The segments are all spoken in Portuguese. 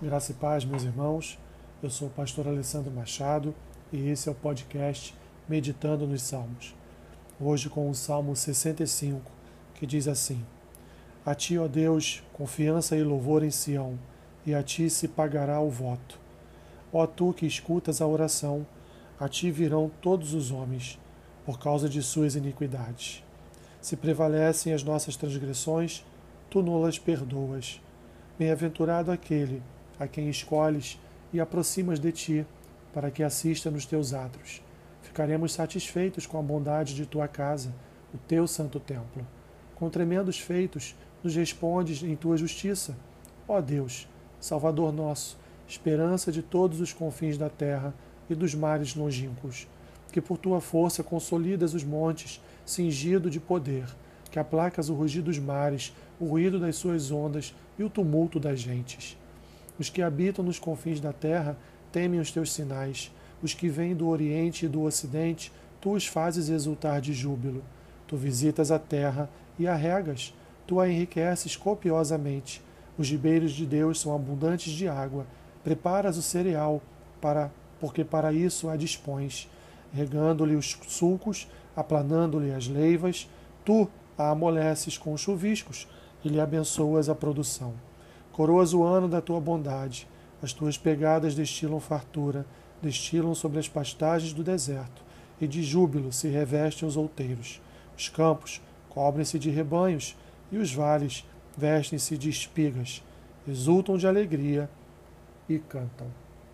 Graça e paz, meus irmãos. Eu sou o pastor Alessandro Machado e esse é o podcast Meditando nos Salmos. Hoje com o Salmo 65, que diz assim: A ti, ó Deus, confiança e louvor em Sião, e a ti se pagará o voto. Ó tu que escutas a oração, a ti virão todos os homens, por causa de suas iniquidades. Se prevalecem as nossas transgressões, tu não-las perdoas. Bem-aventurado aquele a quem escolhes e aproximas de ti, para que assista nos teus atos. Ficaremos satisfeitos com a bondade de tua casa, o teu santo templo. Com tremendos feitos, nos respondes em tua justiça. Ó Deus, Salvador nosso, esperança de todos os confins da terra e dos mares longínquos, que por tua força consolidas os montes, cingido de poder, que aplacas o rugir dos mares, o ruído das suas ondas e o tumulto das gentes. Os que habitam nos confins da terra temem os teus sinais. Os que vêm do Oriente e do Ocidente, tu os fazes exultar de júbilo. Tu visitas a terra e a regas. Tu a enriqueces copiosamente. Os ribeiros de Deus são abundantes de água. Preparas o cereal, porque para isso a dispões. Regando-lhe os sulcos, aplanando-lhe as leivas, tu a amoleces com chuviscos e lhe abençoas a produção. Coroas o ano da tua bondade, as tuas pegadas destilam fartura, destilam sobre as pastagens do deserto, e de júbilo se revestem os outeiros. Os campos cobrem-se de rebanhos, e os vales vestem-se de espigas, exultam de alegria e cantam.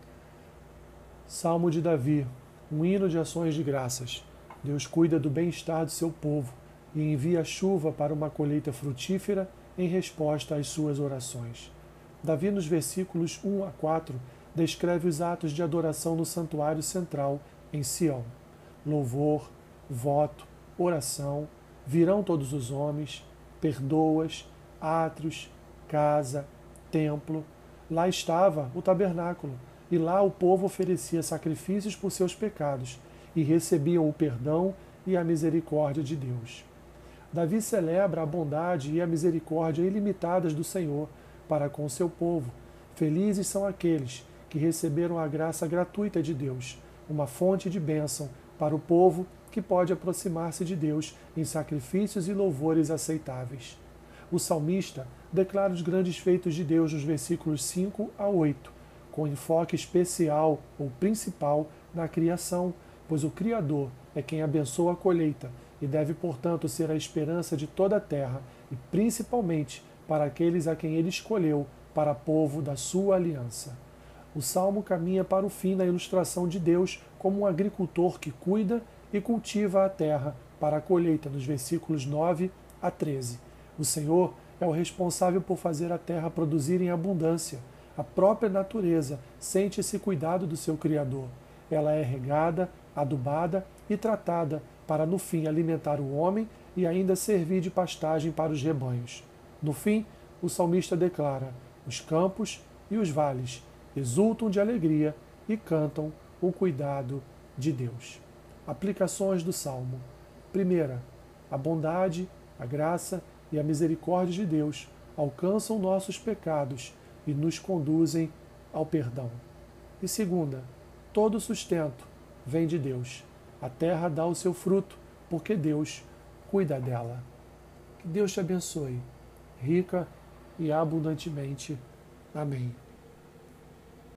Salmo de Davi, um hino de ações de graças. Deus cuida do bem-estar do seu povo e envia chuva para uma colheita frutífera em resposta às suas orações. Davi, nos versículos 1 a 4, descreve os atos de adoração no santuário central em Sião. Louvor, voto, oração, virão todos os homens, perdoas, átrios, casa, templo. Lá estava o tabernáculo, e lá o povo oferecia sacrifícios por seus pecados, e recebiam o perdão e a misericórdia de Deus. Davi celebra a bondade e a misericórdia ilimitadas do Senhor para com seu povo. Felizes são aqueles que receberam a graça gratuita de Deus, uma fonte de bênção para o povo que pode aproximar-se de Deus em sacrifícios e louvores aceitáveis. O salmista declara os grandes feitos de Deus nos versículos 5 a 8, com enfoque especial ou principal na criação, pois o Criador é quem abençoa a colheita e deve, portanto, ser a esperança de toda a terra e principalmente para aqueles a quem ele escolheu para povo da sua aliança. O Salmo caminha para o fim na ilustração de Deus como um agricultor que cuida e cultiva a terra para a colheita, nos versículos 9 a 13. O Senhor é o responsável por fazer a terra produzir em abundância. A própria natureza sente esse cuidado do seu Criador. Ela é regada, adubada e tratada para, no fim, alimentar o homem e ainda servir de pastagem para os rebanhos. No fim, o salmista declara: os campos e os vales exultam de alegria e cantam o cuidado de Deus. Aplicações do Salmo. Primeira, a bondade, a graça e a misericórdia de Deus alcançam nossos pecados e nos conduzem ao perdão. E segunda, todo sustento vem de Deus. A terra dá o seu fruto, porque Deus cuida dela. Que Deus te abençoe, rica e abundantemente. Amém.